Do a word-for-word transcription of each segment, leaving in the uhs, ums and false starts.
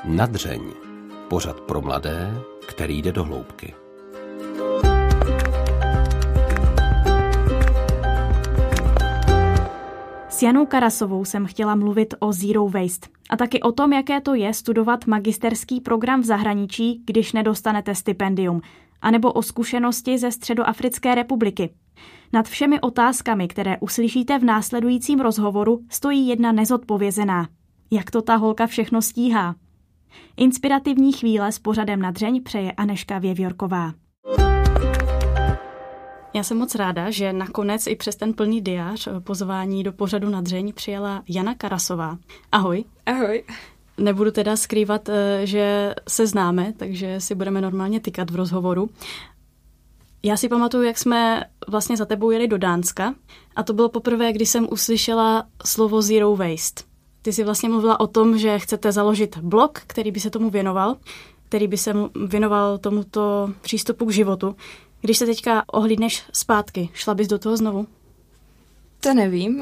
Nadřeň. Pořad pro mladé, který jde do hloubky. S Janou Karasovou jsem chtěla mluvit o Zero Waste a taky o tom, jaké to je studovat magisterský program v zahraničí, když nedostanete stipendium, anebo o zkušenosti ze Středoafrické republiky. Nad všemi otázkami, které uslyšíte v následujícím rozhovoru, stojí jedna nezodpovězená. Jak to ta holka všechno stíhá? Inspirativní chvíle s pořadem Nadřeň přeje Anežka Věvjorková. Já jsem moc ráda, že nakonec i přes ten plný diář pozvání do pořadu Nadřeň přijela Jana Karasová. Ahoj. Ahoj. Nebudu teda skrývat, že se známe, takže si budeme normálně tykat v rozhovoru. Já si pamatuju, jak jsme vlastně za tebou jeli do Dánska a to bylo poprvé, kdy jsem uslyšela slovo Zero Waste. Ty jsi vlastně mluvila o tom, že chcete založit blog, který by se tomu věnoval, který by se věnoval tomuto přístupu k životu. Když se teďka ohlídneš zpátky, šla bys do toho znovu? To nevím,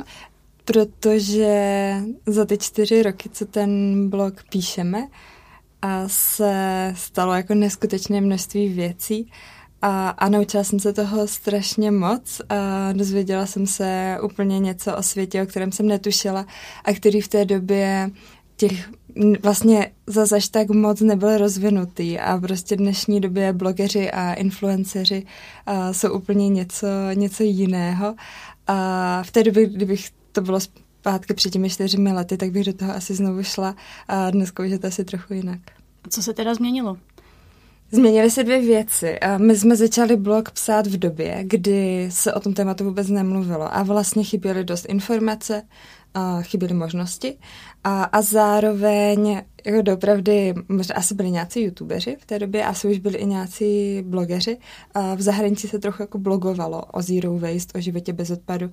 protože za ty čtyři roky, co ten blog píšeme, a se stalo jako neskutečné množství věcí a, a naučila jsem se toho strašně moc a dozvěděla jsem se úplně něco o světě, o kterém jsem netušila a který v té době těch vlastně zase až tak moc nebyl rozvinutý a prostě v dnešní době blogeři a influenceři a jsou úplně něco, něco jiného a v té době, kdybych to bylo zpátky před těmi čtyřmi lety, tak bych do toho asi znovu šla a dneska už je to asi trochu jinak. A co se teda změnilo? Změnily se dvě věci. My jsme začali blog psát v době, kdy se o tom tématu vůbec nemluvilo a vlastně chyběly dost informace, a chyběly možnosti a, a zároveň jako doopravdy možná asi byli nějací youtubeři v té době, asi už byli i nějací blogeři. A v zahraničí se trochu jako blogovalo o Zero Waste, o životě bez odpadu,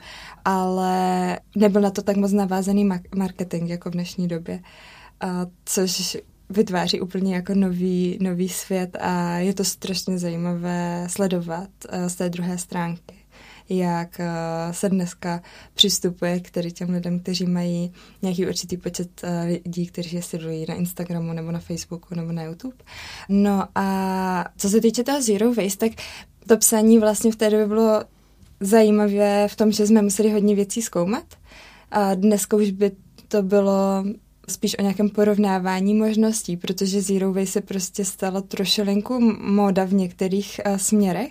ale nebyl na to tak moc navázaný marketing jako v dnešní době, a což vytváří úplně jako nový, nový svět a je to strašně zajímavé sledovat z té druhé stránky, jak se dneska přistupuje k tady těm lidem, kteří mají nějaký určitý počet lidí, kteří je sledují na Instagramu nebo na Facebooku nebo na YouTube. No a co se týče toho Zero Waste, tak to psaní vlastně v té době bylo zajímavé v tom, že jsme museli hodně věcí zkoumat a dneska už by to bylo spíš o nějakém porovnávání možností, protože Zero Waste se prostě stalo trošilinku móda v některých uh, směrech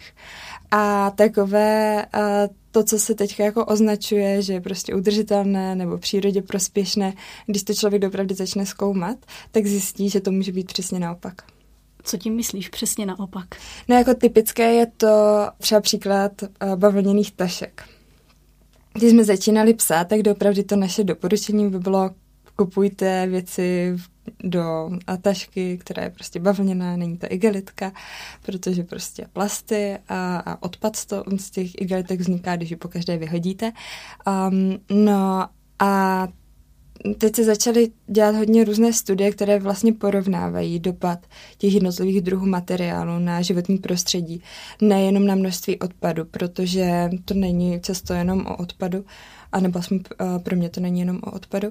a takové uh, to, co se teďka jako označuje, že je prostě udržitelné nebo přírodě prospěšné, když to člověk opravdu začne zkoumat, tak zjistí, že to může být přesně naopak. Co tím myslíš přesně naopak? No jako typické je to třeba příklad uh, bavlněných tašek. Když jsme začínali psát, tak opravdu to naše doporučení by bylo: kupujte věci do tašky, která je prostě bavlněná, není to igelitka, protože prostě plasty a, a odpad to, z těch igelitek vzniká, když ji pokaždé vyhodíte. Um, no a teď se začaly dělat hodně různé studie, které vlastně porovnávají dopad těch jednotlivých druhů materiálů na životní prostředí, nejenom na množství odpadu, protože to není často jenom o odpadu, anebo aspoň pro mě to není jenom o odpadu.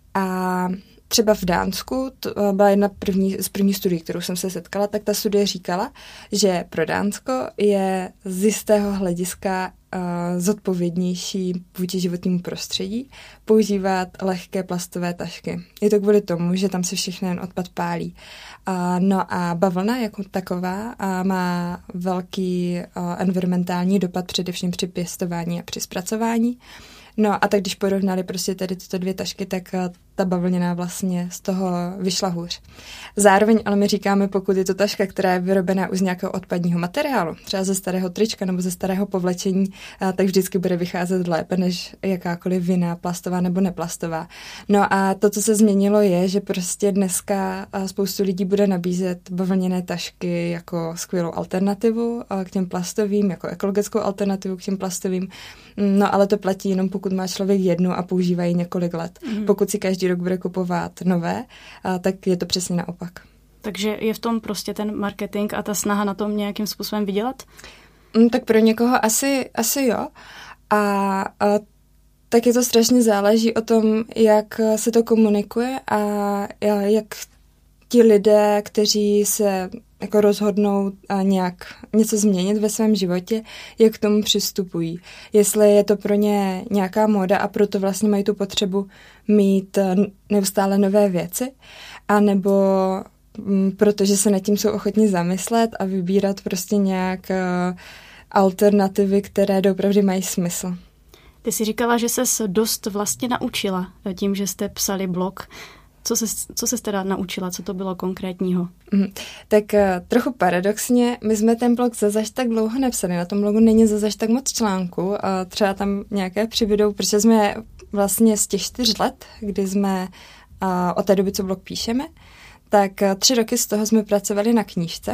A třeba v Dánsku, to byla jedna první, z první studií, kterou jsem se setkala, tak ta studie říkala, že pro Dánsko je z jistého hlediska uh, zodpovědnější vůči životnímu prostředí používat lehké plastové tašky. Je to kvůli tomu, že tam se všechny jen odpad pálí. Uh, no a bavlna jako taková uh, má velký uh, environmentální dopad především při pěstování a při zpracování. No a tak když porovnali prostě tady tyto dvě tašky, tak ta bavlněná vlastně z toho vyšla hůř. Zároveň ale my říkáme, pokud je to taška, která je vyrobená už z nějakého odpadního materiálu, třeba ze starého trička nebo ze starého povlečení, tak vždycky bude vycházet lépe než jakákoliv jiná plastová nebo neplastová. No a to, co se změnilo, je, že prostě dneska spoustu lidí bude nabízet bavlněné tašky jako skvělou alternativu k těm plastovým, jako ekologickou alternativu k těm plastovým. No ale to platí jenom pokud má člověk jednu a používá ji několik let. Mm. Pokud si každý rok bude kupovat nové, a, tak je to přesně naopak. Takže je v tom prostě ten marketing a ta snaha na tom nějakým způsobem vydělat? Mm, tak pro někoho asi, asi jo. A, a taky to strašně záleží o tom, jak se to komunikuje a jak ti lidé, kteří se jako rozhodnou nějak něco změnit ve svém životě, jak k tomu přistupují. Jestli je to pro ně nějaká móda a proto vlastně mají tu potřebu mít neustále nové věci, anebo protože se nad tím jsou ochotní zamyslet a vybírat prostě nějak alternativy, které doopravdy mají smysl. Ty jsi říkala, že ses dost vlastně naučila tím, že jste psali blog. Co se, co se teda naučila? Co to bylo konkrétního? Mm, tak uh, trochu paradoxně, my jsme ten blog zazaž tak dlouho nepsali. Na tom blogu není zazaž tak moc článků. Uh, třeba tam nějaké přibydou, protože jsme vlastně z těch čtyř let, kdy jsme uh, od té doby, co blog píšeme, tak uh, tři roky z toho jsme pracovali na knížce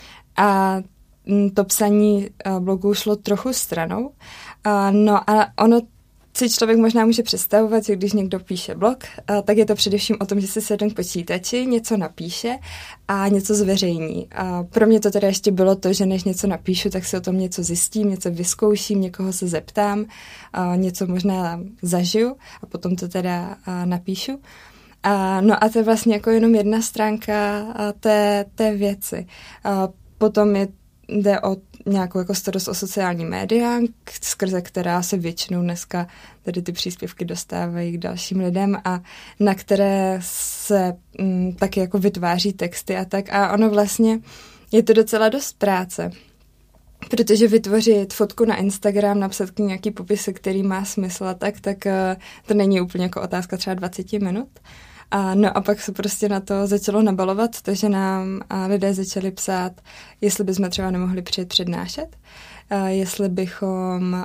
a mm, to psaní uh, blogu šlo trochu stranou. Uh, no a ono si člověk možná může představovat, že když někdo píše blog, tak je to především o tom, že si sedne k počítači, něco napíše a něco zveřejní. A pro mě to teda ještě bylo to, že než něco napíšu, tak si o tom něco zjistím, něco vyzkouším, někoho se zeptám, něco možná zažiju a potom to teda napíšu. A, no a to je vlastně jako jenom jedna stránka té, té věci. A potom je, jde o nějakou jako starost o sociální média, skrze která se většinou dneska tady ty příspěvky dostávají k dalším lidem a na které se m, taky jako vytváří texty a tak. A ono vlastně je to docela dost práce, protože vytvořit fotku na Instagram, napsat k ní nějaký popis, který má smysl a tak, tak to není úplně jako otázka třeba dvacet minut. A no a pak se prostě na to začalo nabalovat, takže nám lidé začali psát, jestli bychom třeba nemohli přijet přednášet, jestli bychom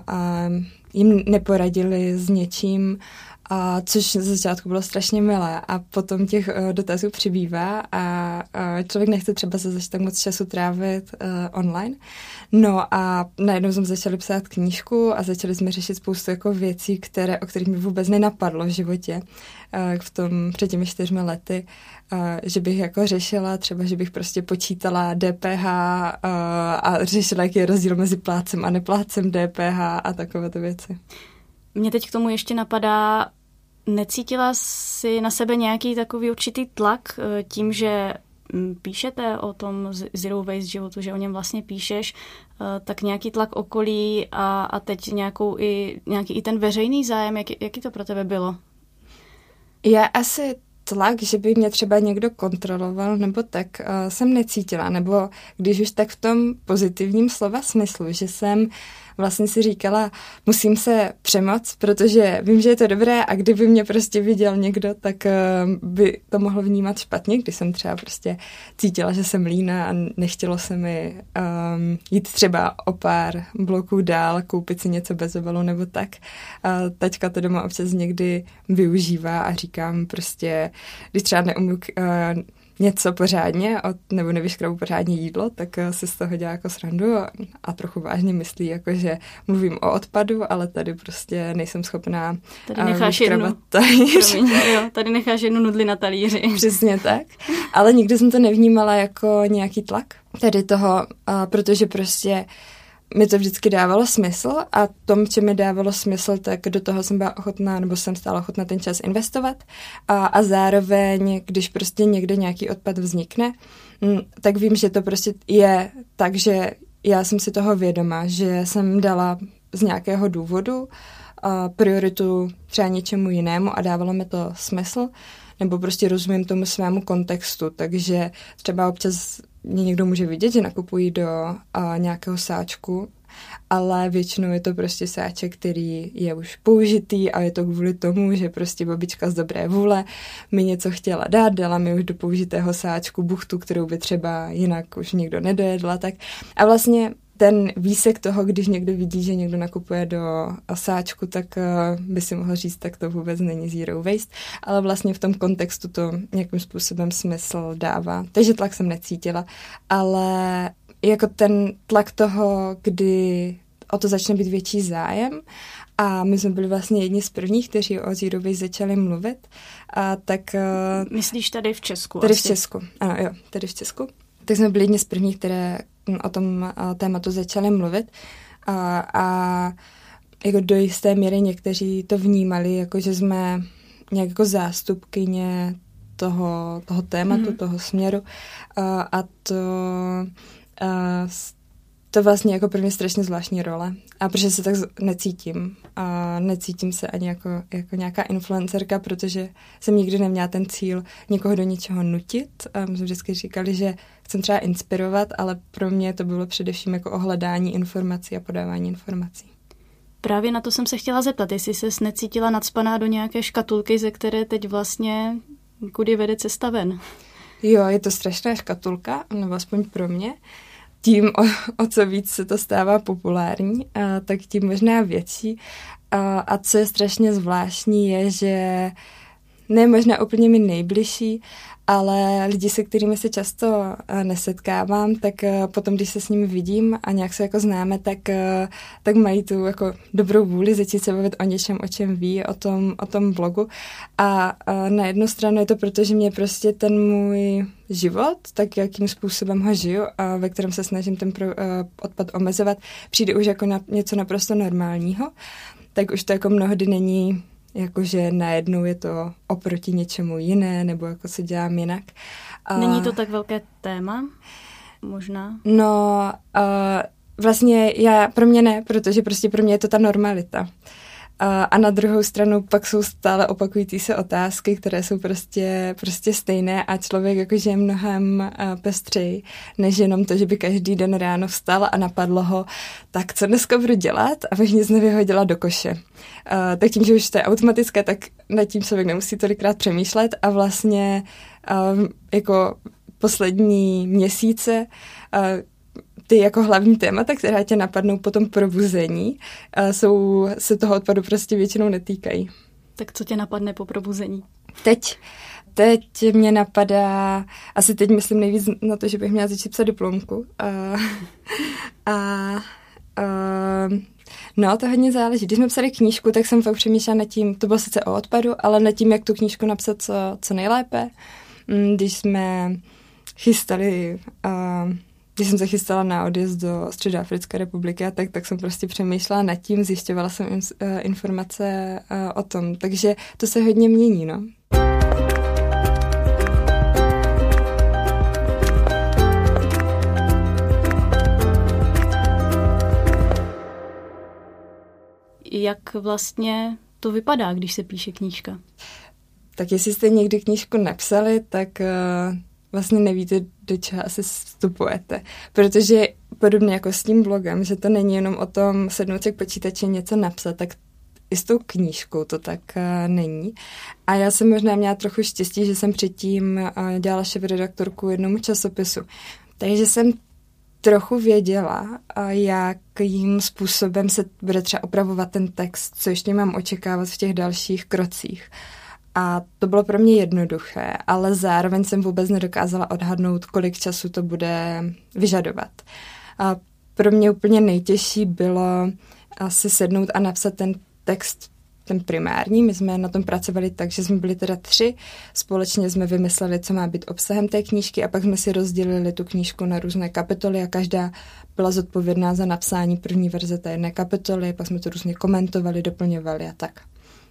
jim neporadili s něčím, a což ze začátku bylo strašně milé a potom těch dotazů přibývá a člověk nechce třeba se zač tak moc času trávit uh, online. No a najednou jsme začali psát knížku a začali jsme řešit spoustu jako věcí, které, o kterých mi vůbec nenapadlo v životě uh, v tom před těmi čtyřmi lety, uh, že bych jako řešila třeba, že bych prostě počítala D P H uh, a řešila, jaký je rozdíl mezi plátcem a neplácem D P H a takovéto věci. Mě teď k tomu ještě napadá, necítila jsi na sebe nějaký takový určitý tlak tím, že píšete o tom zero waste životu, že o něm vlastně píšeš, tak nějaký tlak okolí a, a teď nějakou i, nějaký i ten veřejný zájem, jak, jaký to pro tebe bylo? Já asi tlak, že by mě třeba někdo kontroloval, nebo tak uh, jsem necítila, nebo když už tak v tom pozitivním slova smyslu, že jsem vlastně si říkala, musím se přemoct, protože vím, že je to dobré a kdyby mě prostě viděl někdo, tak uh, by to mohl vnímat špatně, když jsem třeba prostě cítila, že jsem lína a nechtělo se mi um, jít třeba o pár bloků dál, koupit si něco bez obalu nebo tak. Uh, taťka to doma občas někdy využívá a říkám prostě, když třeba neumím uh, něco pořádně od, nebo nevyškrabu pořádně jídlo, tak si z toho dělá jako srandu a, a trochu vážně myslí, jako že mluvím o odpadu, ale tady prostě nejsem schopná tady necháš jednu, promiň, jo, tady necháš jednu nudli na talíři. Přesně tak, ale nikdy jsem to nevnímala jako nějaký tlak tady toho, a protože prostě mi to vždycky dávalo smysl a tom, co mi dávalo smysl, tak do toho jsem byla ochotná, nebo jsem stále ochotná ten čas investovat a, a zároveň, když prostě někde nějaký odpad vznikne, tak vím, že to prostě je tak, že já jsem si toho vědoma, že jsem dala z nějakého důvodu a prioritu třeba něčemu jinému a dávalo mi to smysl, nebo prostě rozumím tomu svému kontextu, takže třeba občas mě někdo může vidět, že nakupují do uh, nějakého sáčku, ale většinou je to prostě sáček, který je už použitý a je to kvůli tomu, že prostě babička z dobré vůle mi něco chtěla dát, dala mi už do použitého sáčku buchtu, kterou by třeba jinak už někdo nedojedla. Tak. A vlastně ten výsek toho, když někdo vidí, že někdo nakupuje do sáčku, tak uh, by si mohl říct, tak to vůbec není zero waste, ale vlastně v tom kontextu to nějakým způsobem smysl dává. Takže tlak jsem necítila, ale jako ten tlak toho, kdy o to začne být větší zájem a my jsme byli vlastně jedni z prvních, kteří o zero waste začali mluvit, a tak... Uh, Myslíš tady v Česku? Tady asi. v Česku, ano jo, tady v Česku. Tak jsme byli jedni z prvních, které o tom tématu začali mluvit a, a jako do jisté míry někteří to vnímali, jako že jsme nějak jako zástupkyně toho, toho tématu, mm. toho směru a, a to a, to vlastně jako pro mě strašně zvláštní role. A protože se tak necítím. A necítím se ani jako, jako nějaká influencerka, protože jsem nikdy neměla ten cíl někoho do něčeho nutit. A my jsme vždycky říkali, že chcem třeba inspirovat, ale pro mě to bylo především jako ohledání informací a podávání informací. Právě na to jsem se chtěla zeptat, jestli ses necítila nacpaná do nějaké škatulky, ze které teď vlastně kudy vede cesta ven. Jo, je to strašná škatulka, nebo aspoň pro mě. Tím, o, o co víc se to stává populární, a, tak tím možná větší. A, a co je strašně zvláštní, je, že ne možná úplně mi nejbližší, ale lidi, se kterými se často nesetkávám, tak potom, když se s nimi vidím a nějak se jako známe, tak, tak mají tu jako dobrou vůli začít se bavit o něčem, o čem ví, o tom, o tom blogu. A, a na jednu stranu je to proto, že mě prostě ten můj život, tak jakým způsobem ho žiju a ve kterém se snažím ten pro, uh, odpad omezovat, přijde už jako na něco naprosto normálního, tak už to jako mnohdy není jakože najednou je to oproti něčemu jiné, nebo jako se dělám jinak. A není to tak velké téma? Možná? No, uh, vlastně já, pro mě ne, protože prostě pro mě je to ta normalita. Uh, a na druhou stranu pak jsou stále opakující se otázky, které jsou prostě, prostě stejné a člověk jakože je mnohem uh, pestřeji, než jenom to, že by každý den ráno vstal a napadlo ho, tak co dneska budu dělat, abych nic nevyhodila do koše. Uh, tak tím, že už to je automatické, tak nad tím člověk nemusí tolikrát přemýšlet a vlastně uh, jako poslední měsíce uh, ty jako hlavní témata, která tě napadnou po tom probuzení, uh, jsou, se toho odpadu prostě většinou netýkají. Tak co tě napadne po probuzení? Teď, teď mě napadá, asi teď myslím nejvíc na to, že bych měla začít psat diplomku. Uh, a uh, No, to hodně záleží. Když jsme psali knížku, tak jsem fakt přemýšlela nad tím, to bylo sice o odpadu, ale nad tím, jak tu knížku napsat co, co nejlépe. Když jsme chystali, uh, když jsem se chystala na odjezd do Středoafrické republiky, tak, tak jsem prostě přemýšlela nad tím, zjišťovala jsem in, uh, informace uh, o tom. Takže to se hodně mění, no. Jak vlastně to vypadá, když se píše knížka? Tak jestli jste někdy knížku napsali, tak uh, vlastně nevíte, do čeho asi vstupujete. Protože podobně jako s tím blogem, že to není jenom o tom sednout si k počítači něco napsat, tak i s tou knížkou to tak uh, není. A já jsem možná měla trochu štěstí, že jsem předtím uh, dělala šéfredaktorku jednomu časopisu. Takže jsem trochu věděla, jakým způsobem se bude třeba opravovat ten text, co ještě mám očekávat v těch dalších krocích. A to bylo pro mě jednoduché, ale zároveň jsem vůbec nedokázala odhadnout, kolik času to bude vyžadovat. A pro mě úplně nejtěžší bylo asi sednout a napsat ten text, ten primární. My jsme na tom pracovali tak, že jsme byli teda tři. Společně jsme vymysleli, co má být obsahem té knížky a pak jsme si rozdělili tu knížku na různé kapitoly a každá byla zodpovědná za napsání první verze té jedné kapitoly, pak jsme to různě komentovali, doplňovali a tak.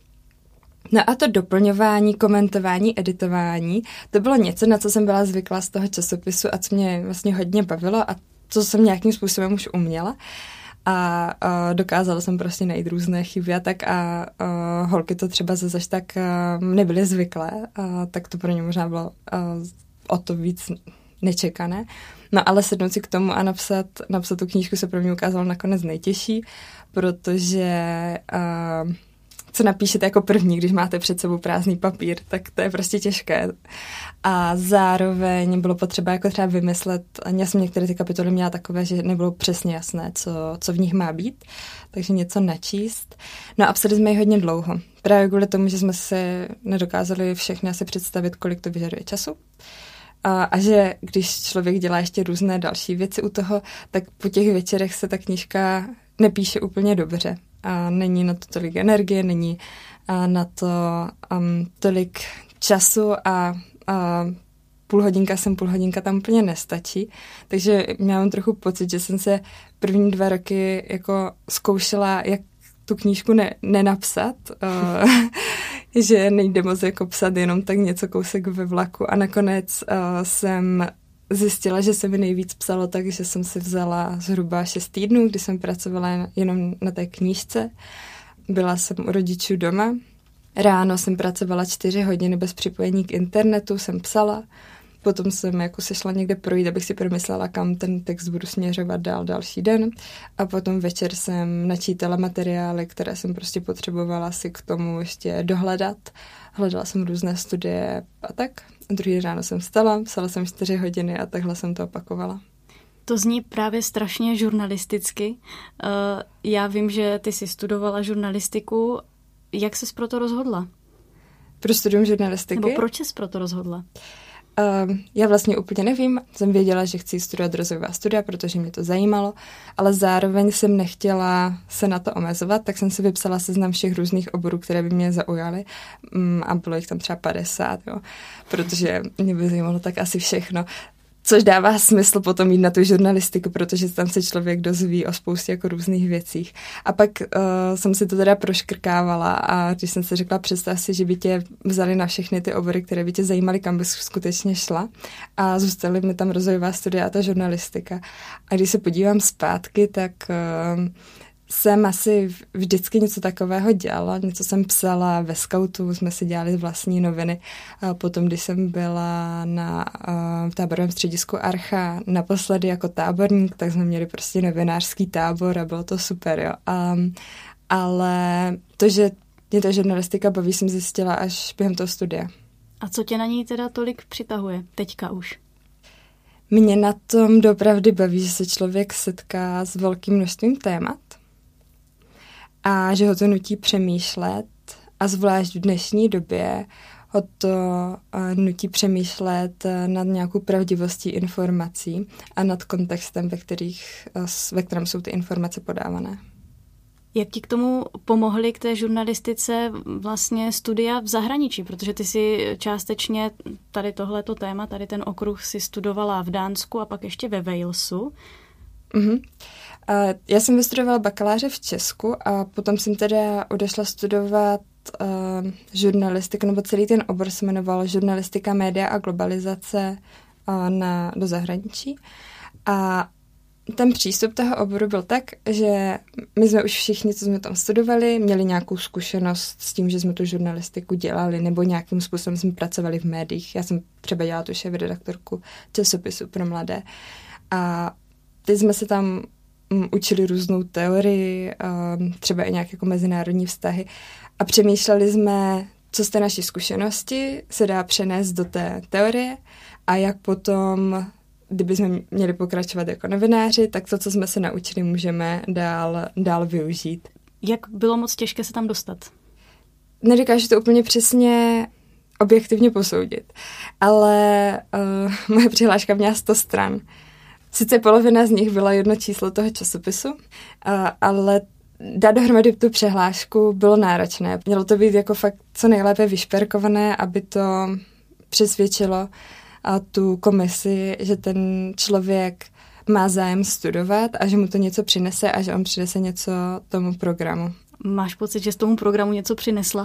No a to doplňování, komentování, editování, to bylo něco, na co jsem byla zvyklá z toho časopisu a co mě vlastně hodně bavilo a co jsem nějakým způsobem už uměla. A uh, dokázala jsem prostě najít různé chyby a tak a uh, holky to třeba zase tak uh, nebyly zvyklé, uh, tak to pro ně možná bylo uh, o to víc nečekané. No ale sednout si k tomu a napsat, napsat tu knížku se pro mě ukázalo nakonec nejtěžší, protože uh, co napíšete jako první, když máte před sebou prázdný papír, tak to je prostě těžké. A zároveň bylo potřeba jako třeba vymyslet, já jsem některé ty kapitoly měla takové, že nebylo přesně jasné, co, co v nich má být, takže něco načíst. No a psali jsme ji hodně dlouho. Právě kvůli tomu, že jsme se nedokázali všechny asi představit, kolik to vyžaduje času. A, a že když člověk dělá ještě různé další věci u toho, tak po těch večerech se ta knížka nepíše úplně dobře. A není na to tolik energie, není na to um, tolik času a, a půl hodinka sem, půl hodinka tam úplně nestačí. Takže mám trochu pocit, že jsem se první dva roky jako zkoušela, jak tu knížku ne, nenapsat, uh, že nejde moc jako psat jenom tak něco kousek ve vlaku a nakonec uh, jsem zjistila, že se mi nejvíc psalo, takže jsem si vzala zhruba šest týdnů, kdy jsem pracovala jenom na té knížce. Byla jsem u rodičů doma. Ráno jsem pracovala čtyři hodiny bez připojení k internetu, jsem psala. Potom jsem jako se šla někde projít, abych si promyslela, kam ten text budu směřovat dál další den. A potom večer jsem načítala materiály, které jsem prostě potřebovala si k tomu ještě dohledat. Hledala jsem různé studie a tak. A druhý ráno jsem vstala, psala jsem čtyři hodiny a takhle jsem to opakovala. To zní právě strašně žurnalisticky. Já vím, že ty jsi studovala žurnalistiku. Jak ses pro to rozhodla? Pro studium žurnalistiky? Nebo proč ses pro to rozhodla? Uh, já vlastně úplně nevím. Jsem věděla, že chci studovat rozvojová studia, protože mě to zajímalo, ale zároveň jsem nechtěla se na to omezovat, tak jsem si vypsala seznam všech různých oborů, které by mě zaujaly um, a bylo jich tam třeba padesát, jo, protože mě by zajímalo tak asi všechno. Což dává smysl potom jít na tu žurnalistiku, protože tam se člověk dozví o spoustě jako různých věcích. A pak uh, jsem si to teda proškrkávala a když jsem si řekla, představ si, že by tě vzali na všechny ty obory, které by tě zajímaly, kam bys skutečně šla. A zůstaly mi tam rozvojová studia a ta žurnalistika. A když se podívám zpátky, tak Uh, jsem asi vždycky něco takového dělala. Něco jsem psala ve skautu, jsme si dělali vlastní noviny. A potom, když jsem byla na uh, v táborovém středisku Archa naposledy jako táborník, tak jsme měli prostě novinářský tábor a bylo to super, jo. Um, ale to, že mě ta žurnalistika baví, jsem zjistila až během toho studia. A co tě na ní teda tolik přitahuje teďka už? Mě na tom doopravdy baví, že se člověk setká s velkým množstvím témat, a že ho to nutí přemýšlet a zvlášť v dnešní době ho to uh, nutí přemýšlet uh, nad nějakou pravdivostí informací a nad kontextem, ve, kterých, uh, ve kterém jsou ty informace podávané. Jak ti k tomu pomohly k té žurnalistice vlastně studia v zahraničí? Protože ty si částečně tady tohleto téma, tady ten okruh si studovala v Dánsku a pak ještě ve Walesu. Mhm. Já jsem vystudovala bakaláře v Česku a potom jsem teda odešla studovat uh, žurnalistiku, nebo celý ten obor se jmenoval žurnalistika, média a globalizace uh, na, do zahraničí. A ten přístup toho oboru byl tak, že my jsme už všichni, co jsme tam studovali, měli nějakou zkušenost s tím, že jsme tu žurnalistiku dělali, nebo nějakým způsobem jsme pracovali v médiích. Já jsem třeba dělala tu šéfredaktorku časopisu pro mladé. A teď jsme se tam učili různou teorii, třeba i nějaké jako mezinárodní vztahy a přemýšleli jsme, co z té naší zkušenosti se dá přenést do té teorie a jak potom, kdyby jsme měli pokračovat jako novináři, tak to, co jsme se naučili, můžeme dál, dál využít. Jak bylo moc těžké se tam dostat? Nedokážu to úplně přesně objektivně posoudit, ale uh, moje přihláška měla sto stran. Sice polovina z nich byla jedno číslo toho časopisu, ale dát dohromady tu přihlášku bylo náročné. Mělo to být jako fakt co nejlépe vyšperkované, aby to přesvědčilo tu komisi, že ten člověk má zájem studovat a že mu to něco přinese a že on přinese něco tomu programu. Máš pocit, že z tomu programu něco přinesla?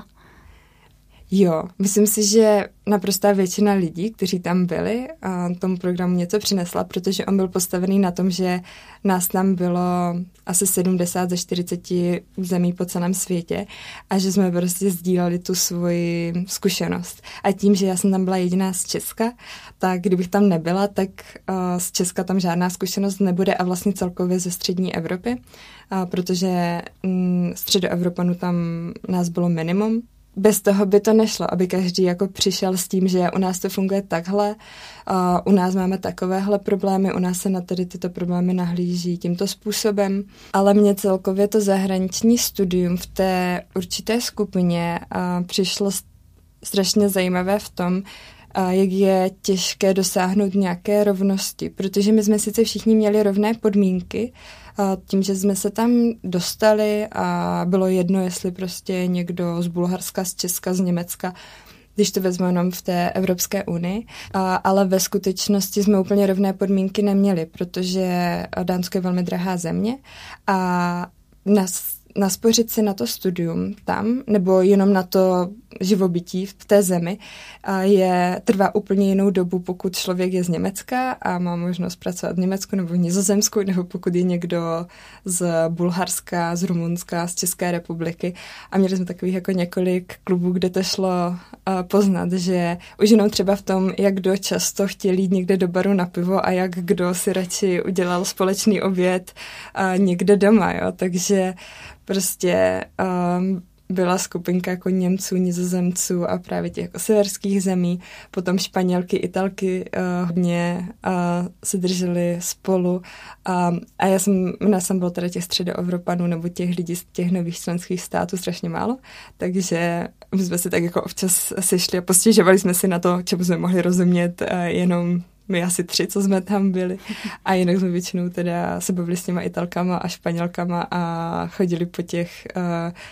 Jo, myslím si, že naprostá většina lidí, kteří tam byli, tomu programu něco přinesla, protože on byl postavený na tom, že nás tam bylo asi sedmdesát ze čtyřiceti zemí po celém světě a že jsme prostě sdíleli tu svoji zkušenost. A tím, že já jsem tam byla jediná z Česka, tak kdybych tam nebyla, tak z Česka tam žádná zkušenost nebude a vlastně celkově ze střední Evropy, protože středoevropanů tam nás bylo minimum. Bez toho by to nešlo, aby každý jako přišel s tím, že u nás to funguje takhle, uh, u nás máme takovéhle problémy, u nás se na tady tyto problémy nahlíží tímto způsobem, ale mně celkově to zahraniční studium v té určité skupině uh, přišlo strašně zajímavé v tom, uh, jak je těžké dosáhnout nějaké rovnosti, protože my jsme sice všichni měli rovné podmínky, tím, že jsme se tam dostali a bylo jedno, jestli prostě někdo z Bulharska, z Česka, z Německa, když to vezmu jenom v té Evropské unii, a, ale ve skutečnosti jsme úplně rovné podmínky neměli, protože Dánsko je velmi drahá země a nás naspořit si na to studium tam, nebo jenom na to živobytí v té zemi, je, trvá úplně jinou dobu, pokud člověk je z Německa a má možnost pracovat v Německu nebo v Nizozemsku, nebo pokud je někdo z Bulharska, z Rumunska, z České republiky. A měli jsme takových jako několik klubů, kde to šlo poznat, že už jenom třeba v tom, jak kdo často chtěl jít někde do baru na pivo a jak kdo si radši udělal společný oběd někde doma, jo. Takže prostě um, byla skupinka jako Němců, Nizozemců a právě těch jako severských zemí, potom Španělky, Italky uh, hodně uh, se drželi spolu um, a já jsem, já jsem byla teda těch středoevropanů nebo těch lidí z těch nových členských států strašně málo, takže my jsme si tak jako občas sešli a postěžovali jsme si na to, čemu jsme mohli rozumět uh, jenom my asi tři, co jsme tam byli. A jinak jsme většinou teda se bavili s těma Italkama a Španělkama a chodili po těch uh,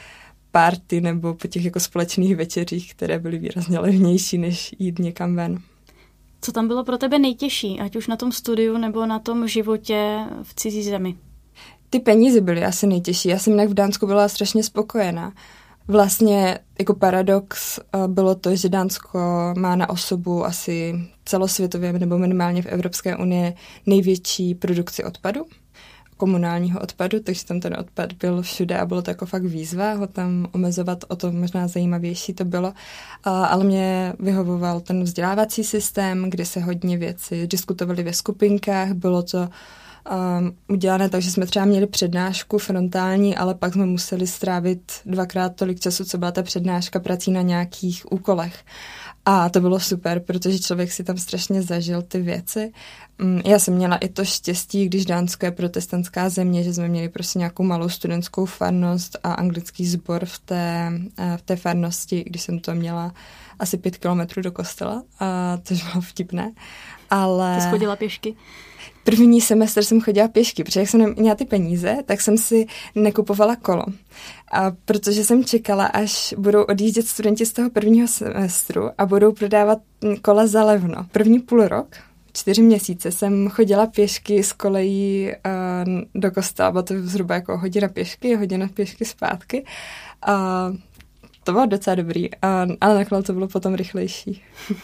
party nebo po těch jako společných večeřích, které byly výrazně levnější, než jít někam ven. Co tam bylo pro tebe nejtěžší, ať už na tom studiu nebo na tom životě v cizí zemi? Ty peníze byly asi nejtěžší. Já jsem jinak v Dánsku byla strašně spokojená. Vlastně jako paradox bylo to, že Dánsko má na osobu asi celosvětově nebo minimálně v Evropské unii největší produkci odpadu, komunálního odpadu, takže tam ten odpad byl všude a bylo to jako fakt výzva ho tam omezovat, o to možná zajímavější to bylo, ale mě vyhovoval ten vzdělávací systém, kde se hodně věci diskutovaly ve skupinkách, bylo to Um, udělané tak, že jsme třeba měli přednášku frontální, ale pak jsme museli strávit dvakrát tolik času, co byla ta přednáška, prací na nějakých úkolech. A to bylo super, protože člověk si tam strašně zažil ty věci. Um, já jsem měla i to štěstí, když Dánsko je protestantská země, že jsme měli prostě nějakou malou studentskou farnost a anglický sbor v té, v té farnosti, když jsem to měla asi pět kilometrů do kostela, a což bylo vtipné. Ale... Ty jsi chodila pěšky? První semestr jsem chodila pěšky, protože jak jsem neměla ty peníze, tak jsem si nekupovala kolo. A protože jsem čekala, až budou odjíždět studenti z toho prvního semestru a budou prodávat kola za levno. První půl rok, čtyři měsíce, jsem chodila pěšky z kolejí uh, do kostela. Bylo to zhruba jako hodina pěšky, hodina pěšky zpátky. A to bylo docela dobrý, a, ale nakonec to bylo potom rychlejší.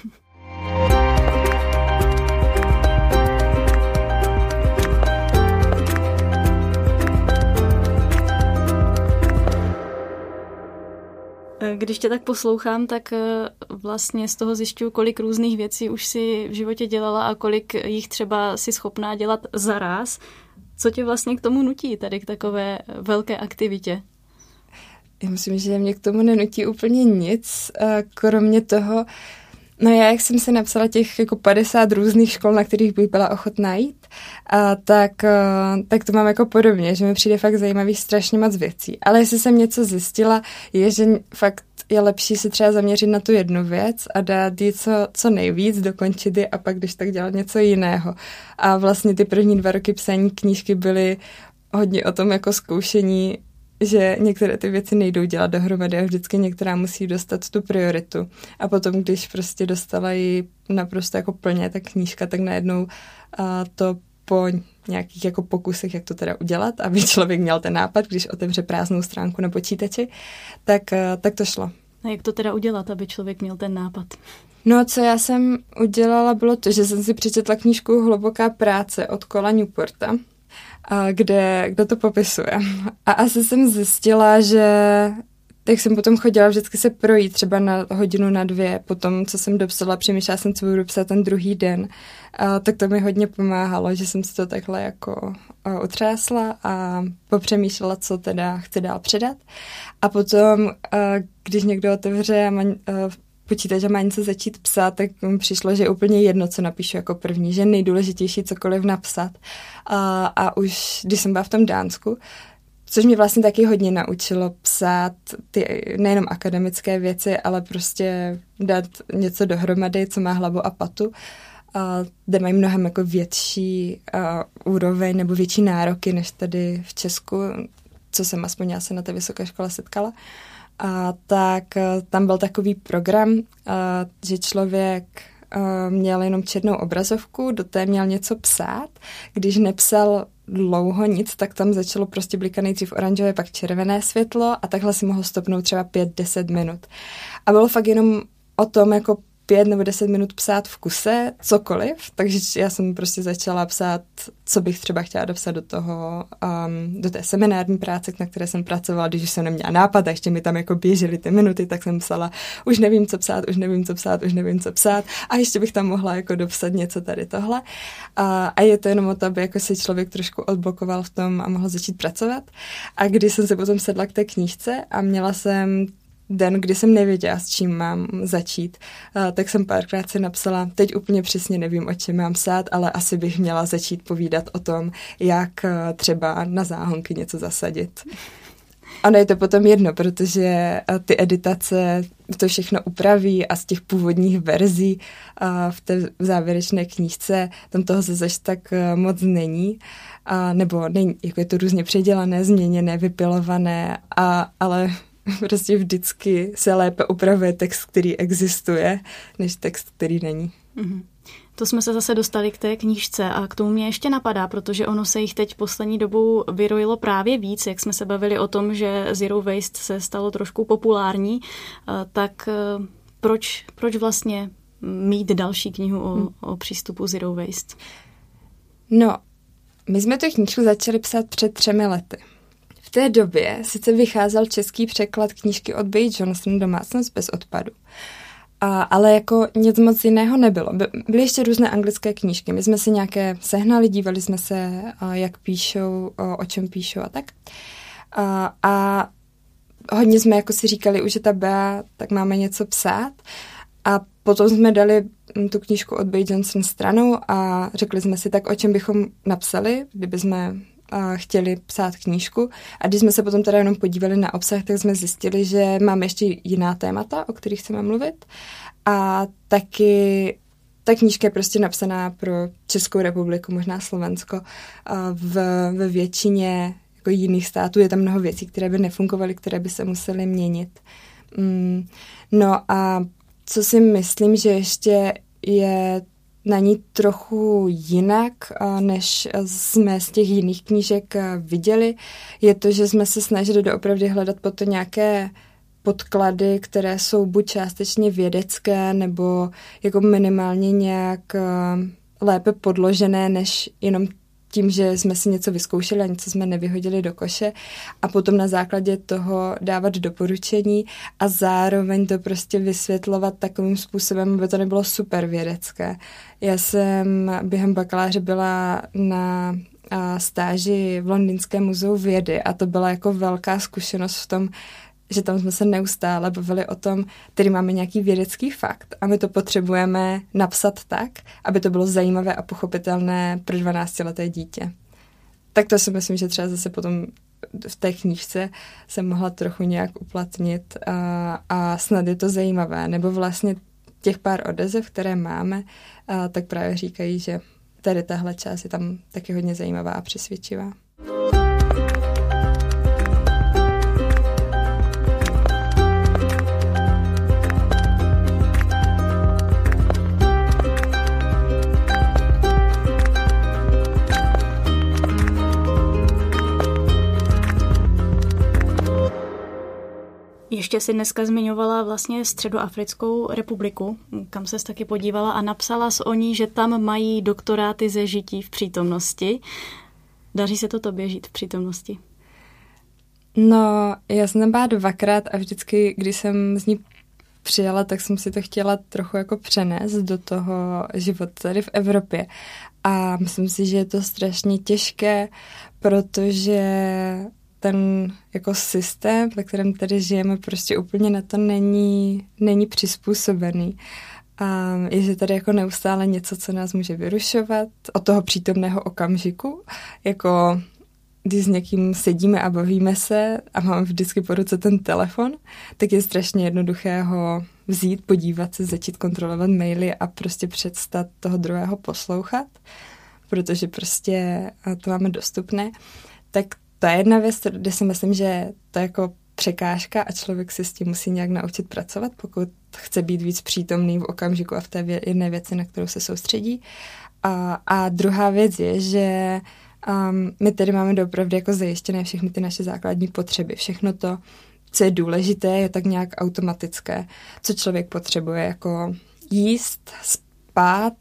Když tě tak poslouchám, tak vlastně z toho zjišťuju, kolik různých věcí už si v životě dělala a kolik jich třeba si schopná dělat zaráz. Co tě vlastně k tomu nutí, tady k takové velké aktivitě? Já myslím, že mě k tomu nenutí úplně nic, kromě toho, no já, jak jsem si napsala těch jako padesát různých škol, na kterých bych byla ochotná jít, a tak, a, tak to mám jako podobně, že mi přijde fakt zajímavý strašně moc věcí. Ale jestli jsem něco zjistila, je, že fakt je lepší se třeba zaměřit na tu jednu věc a dát jí co, co nejvíc, dokončit ji a pak když tak dělat něco jiného. A vlastně ty první dva roky psaní knížky byly hodně o tom jako zkoušení, že některé ty věci nejdou dělat dohromady a vždycky některá musí dostat tu prioritu. A potom, když prostě dostala ji naprosto jako plně ta knížka, tak najednou a to po nějakých jako pokusech, jak to teda udělat, aby člověk měl ten nápad, když otevře prázdnou stránku na počítači, tak, a, tak to šlo. A jak to teda udělat, aby člověk měl ten nápad? No, co já jsem udělala, bylo to, že jsem si přečetla knížku Hluboká práce od Cola Newporta, kde, kde to popisuje. A asi jsem zjistila, že tak jsem potom chodila vždycky se projít, třeba na hodinu, na dvě, potom, co jsem dopsala, přemýšlela jsem, co budu psát ten druhý den. A tak to mi hodně pomáhalo, že jsem si to takhle jako otřásla a popřemýšlela, co teda chci dál předat. A potom, když někdo otevře a má počítač a má něco začít psát, tak mi přišlo, že je úplně jedno, co napíšu jako první, že je nejdůležitější cokoliv napsat. A, a už, když jsem byla v tom Dánsku, což mě vlastně taky hodně naučilo psát ty nejenom akademické věci, ale prostě dát něco dohromady, co má hlavu a patu, a kde mají mnohem jako větší uh, úroveň nebo větší nároky, než tady v Česku, co jsem aspoň já se na té vysoké škole setkala. A tak tam byl takový program, a, že člověk a, měl jenom černou obrazovku, do té měl něco psát. Když nepsal dlouho nic, tak tam začalo prostě blikat nejdřív oranžové, pak červené světlo a takhle si mohl stopnout třeba pět deset minut. A bylo fakt jenom o tom, jako pět nebo deset minut psát v kuse, cokoliv, takže já jsem prostě začala psát, co bych třeba chtěla dopsat do toho, um, do té seminární práce, na které jsem pracovala, když jsem neměla nápad a ještě mi tam jako běžely ty minuty, tak jsem psala, už nevím, co psát, už nevím, co psát, už nevím, co psát a ještě bych tam mohla jako dopsat něco tady tohle. A, a je to jenom o to, aby jako se člověk trošku odblokoval v tom a mohl začít pracovat. A když jsem se potom sedla k té knížce a měla jsem den, kdy jsem nevěděla, s čím mám začít, tak jsem párkrát si napsala, teď úplně přesně nevím, o čem mám psát, ale asi bych měla začít povídat o tom, jak třeba na záhonky něco zasadit. Ano, je to potom jedno, protože ty editace to všechno upraví a z těch původních verzí v té závěrečné knížce tam toho zase tak moc není. A, nebo není, jako je to různě předělané, změněné, vypilované, a, ale prostě vždycky se lépe upravuje text, který existuje, než text, který není. Mm-hmm. To jsme se zase dostali k té knížce a k tomu mě ještě napadá, protože ono se jich teď poslední dobou vyrojilo právě víc, jak jsme se bavili o tom, že Zero Waste se stalo trošku populární, tak proč, proč vlastně mít další knihu o, hmm. o přístupu Zero Waste? No, my jsme tu knížku začali psát před třemi lety. V té době sice vycházel český překlad knížky od Bea Johnson Domácnost bez odpadu. A, ale jako nic moc jiného nebylo. Byly ještě různé anglické knížky. My jsme si nějaké sehnali, dívali jsme se, jak píšou, o čem píšou a tak. A, a hodně jsme jako si říkali, už je ta Bea, tak máme něco psát. A potom jsme dali tu knížku od Bea Johnson stranou a řekli jsme si, tak o čem bychom napsali, kdyby jsme a chtěli psát knížku. A když jsme se potom teda jenom podívali na obsah, tak jsme zjistili, že máme ještě jiná témata, o kterých chceme mluvit. A taky ta knížka je prostě napsaná pro Českou republiku, možná Slovensko. A v, ve většině jako jiných států je tam mnoho věcí, které by nefungovaly, které by se musely měnit. Mm, no a co si myslím, že ještě je na ní trochu jinak, než jsme z těch jiných knížek viděli, je to, že jsme se snažili doopravdy hledat po to nějaké podklady, které jsou buď částečně vědecké, nebo jako minimálně nějak lépe podložené, než jenom tím, že jsme si něco vyzkoušeli a něco jsme nevyhodili do koše a potom na základě toho dávat doporučení a zároveň to prostě vysvětlovat takovým způsobem, aby to nebylo super vědecké. Já jsem během bakaláře byla na stáži v Londýnském muzeu vědy a to byla jako velká zkušenost v tom, že tam jsme se neustále bavili o tom, který máme nějaký vědecký fakt a my to potřebujeme napsat tak, aby to bylo zajímavé a pochopitelné pro dvanáctileté dítě. Tak to si myslím, že třeba zase potom v té knížce jsem mohla trochu nějak uplatnit a, a snad je to zajímavé. Nebo vlastně těch pár odezev, které máme, a, tak právě říkají, že tady tahle část je tam taky hodně zajímavá a přesvědčivá. Ještě si dneska zmiňovala vlastně Středoafrickou republiku, kam ses taky podívala a napsala o ní, že tam mají doktoráty ze žití v přítomnosti. Daří se to tobě žít v přítomnosti? No, já jsem tam byla dvakrát a vždycky, když jsem z ní přijela, tak jsem si to chtěla trochu jako přenést do toho života tady v Evropě. A myslím si, že je to strašně těžké, protože ten jako systém, ve kterém tady žijeme, prostě úplně na to není, není přizpůsobený. A je, že tady jako neustále něco, co nás může vyrušovat od toho přítomného okamžiku, jako když s někým sedíme a bavíme se a máme vždycky po ruce ten telefon, tak je strašně jednoduché ho vzít, podívat se, začít kontrolovat maily a prostě přestat toho druhého poslouchat, protože prostě to máme dostupné. Tak to je jedna věc, kde si myslím, že to je jako překážka a člověk si s tím musí nějak naučit pracovat, pokud chce být víc přítomný v okamžiku a v té jedné věci, na kterou se soustředí. A, a druhá věc je, že Um, my tedy máme doopravdy jako zajištěné všechny ty naše základní potřeby. Všechno to, co je důležité, je tak nějak automatické. Co člověk potřebuje, jako jíst, spát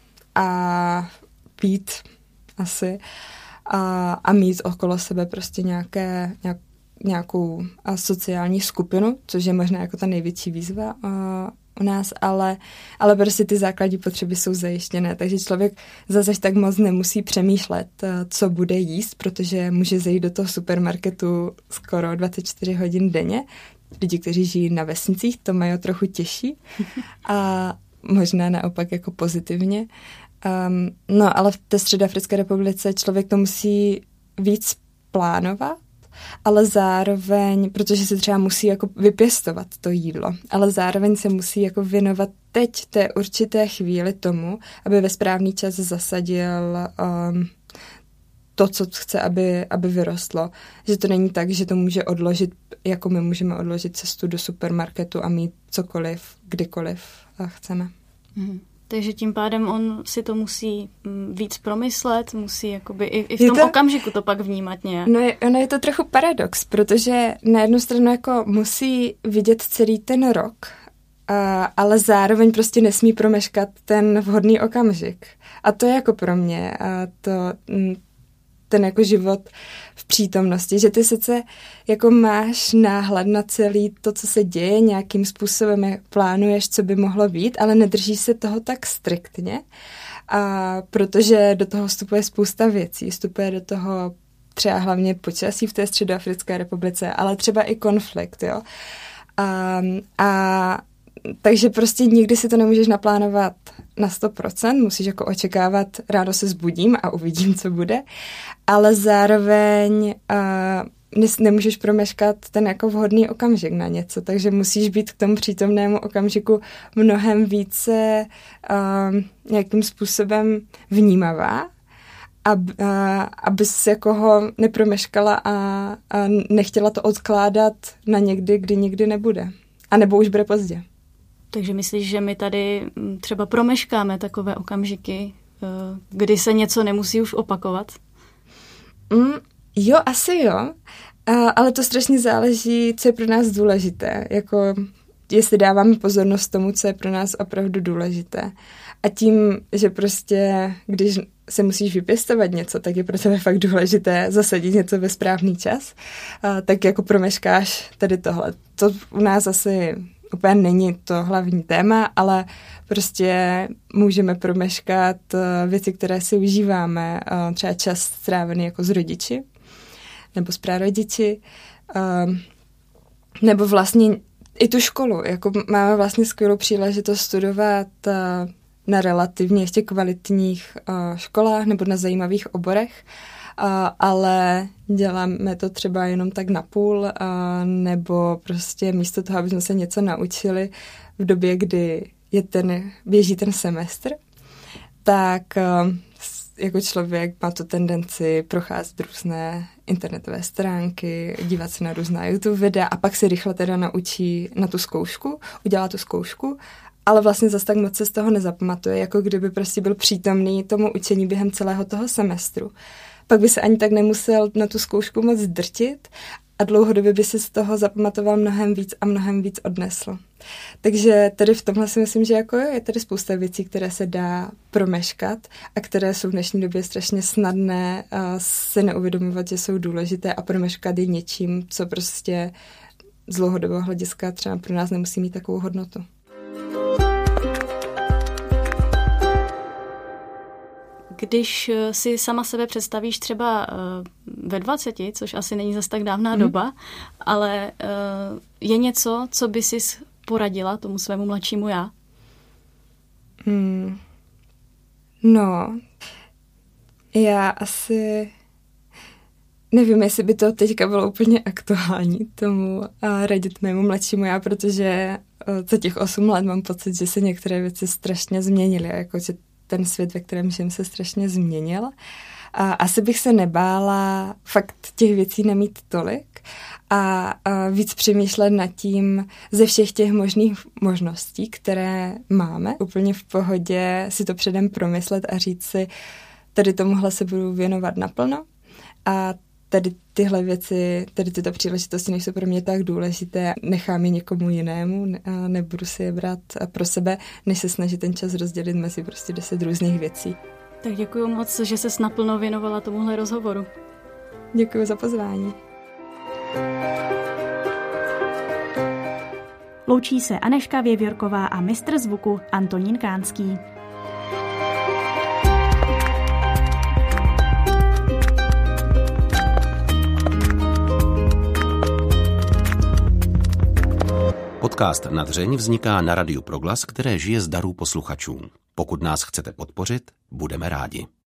a pít asi a, a mít okolo sebe prostě nějaké, nějak, nějakou sociální skupinu, což je možná jako ta největší výzva uh, u nás, ale, ale prostě ty základní potřeby jsou zajištěné, takže člověk zase tak moc nemusí přemýšlet, co bude jíst, protože může zajít do toho supermarketu skoro dvacet čtyři hodin denně. Lidi, kteří žijí na vesnicích, to mají trochu těžší a možná naopak jako pozitivně. Um, no, ale v té Středoafrické republice člověk to musí víc plánovat, ale zároveň, protože se třeba musí jako vypěstovat to jídlo, ale zároveň se musí jako věnovat teď té určité chvíli tomu, aby ve správný čas zasadil um, to, co chce, aby, aby vyrostlo. Že to není tak, že to může odložit, jako my můžeme odložit cestu do supermarketu a mít cokoliv, kdykoliv chceme. Mhm. Takže tím pádem on si to musí víc promyslet, musí jakoby i, i v tom to, okamžiku to pak vnímat nějak. No je, ono je to trochu paradox, protože na jednu stranu jako musí vidět celý ten rok, a, ale zároveň prostě nesmí promeškat ten vhodný okamžik. A to je jako pro mě a to, ten jako život v přítomnosti, že ty sice jako máš náhled na celý to, co se děje, nějakým způsobem jak plánuješ, co by mohlo být, ale nedržíš se toho tak striktně, a protože do toho vstupuje spousta věcí, vstupuje do toho třeba hlavně počasí v té Středoafrické republice, ale třeba i konflikt, jo. A, a takže prostě nikdy si to nemůžeš naplánovat na sto procent, musíš jako očekávat, ráno se zbudím a uvidím, co bude, ale zároveň uh, nemůžeš promeškat ten jako vhodný okamžik na něco, takže musíš být k tomu přítomnému okamžiku mnohem více uh, nějakým způsobem vnímavá, ab, uh, abys jako ho nepromeškala a, a nechtěla to odkládat na někdy, kdy nikdy nebude. A nebo už bude pozdě. Takže myslíš, že my tady třeba promeškáme takové okamžiky, kdy se něco nemusí už opakovat? Mm, jo, asi jo, a, ale to strašně záleží, co je pro nás důležité. Jako, jestli dáváme pozornost tomu, co je pro nás opravdu důležité. A tím, že prostě, když se musíš vypěstovat něco, tak je pro tebe fakt důležité zasadit něco ve správný čas, a, tak jako promeškáš tady tohle. To u nás asi úplně není to hlavní téma, ale prostě můžeme promeškat věci, které si užíváme, třeba čas strávený jako s rodiči nebo s prarodiči, nebo vlastně i tu školu. Jako máme vlastně skvělou příležitost studovat na relativně ještě kvalitních školách nebo na zajímavých oborech, A, ale děláme to třeba jenom tak napůl, a, nebo prostě místo toho, aby jsme se něco naučili v době, kdy je ten, běží ten semestr, tak a, jako člověk má tu tendenci procházet různé internetové stránky, dívat se na různá YouTube videa a pak se rychle teda naučí na tu zkoušku, udělá tu zkoušku, ale vlastně zase tak moc se z toho nezapamatuje, jako kdyby prostě byl přítomný tomu učení během celého toho semestru. Pak by se ani tak nemusel na tu zkoušku moc drtit a dlouhodobě by se z toho zapamatoval mnohem víc a mnohem víc odnesl. Takže tady v tomhle si myslím, že jako je tady spousta věcí, které se dá promeškat a které jsou v dnešní době strašně snadné si neuvědomovat, že jsou důležité a promeškat je něčím, co prostě z dlouhodobého hlediska třeba pro nás nemusí mít takovou hodnotu. Když si sama sebe představíš třeba ve dvaceti, což asi není zas tak dávná mm. doba, ale je něco, co by si poradila tomu svému mladšímu já? Hmm. No, já asi nevím, jestli by to teďka bylo úplně aktuální tomu radit mému mladšímu já, protože za těch osm let mám pocit, že se některé věci strašně změnily, jako že ten svět, ve kterém žijem, se strašně změnil. A asi bych se nebála fakt těch věcí nemít tolik a, a víc přemýšlet nad tím ze všech těch možných možností, které máme. Úplně v pohodě si to předem promyslet a říct si, tady tomuhle se budu věnovat naplno a tady tyhle věci, tady tyto příležitosti nejsou pro mě tak důležité, nechám je někomu jinému a nebudu si je brát pro sebe, než se snažit ten čas rozdělit mezi prostě deset různých věcí. Tak děkuji moc, že ses naplno věnovala tomuhle rozhovoru. Děkuji za pozvání. Loučí se Anežka Věvěrková a mistr zvuku Antonín Kánský. Podcast Na dřeň vzniká na Radiu Proglas, které žije z darů posluchačů. Pokud nás chcete podpořit, budeme rádi.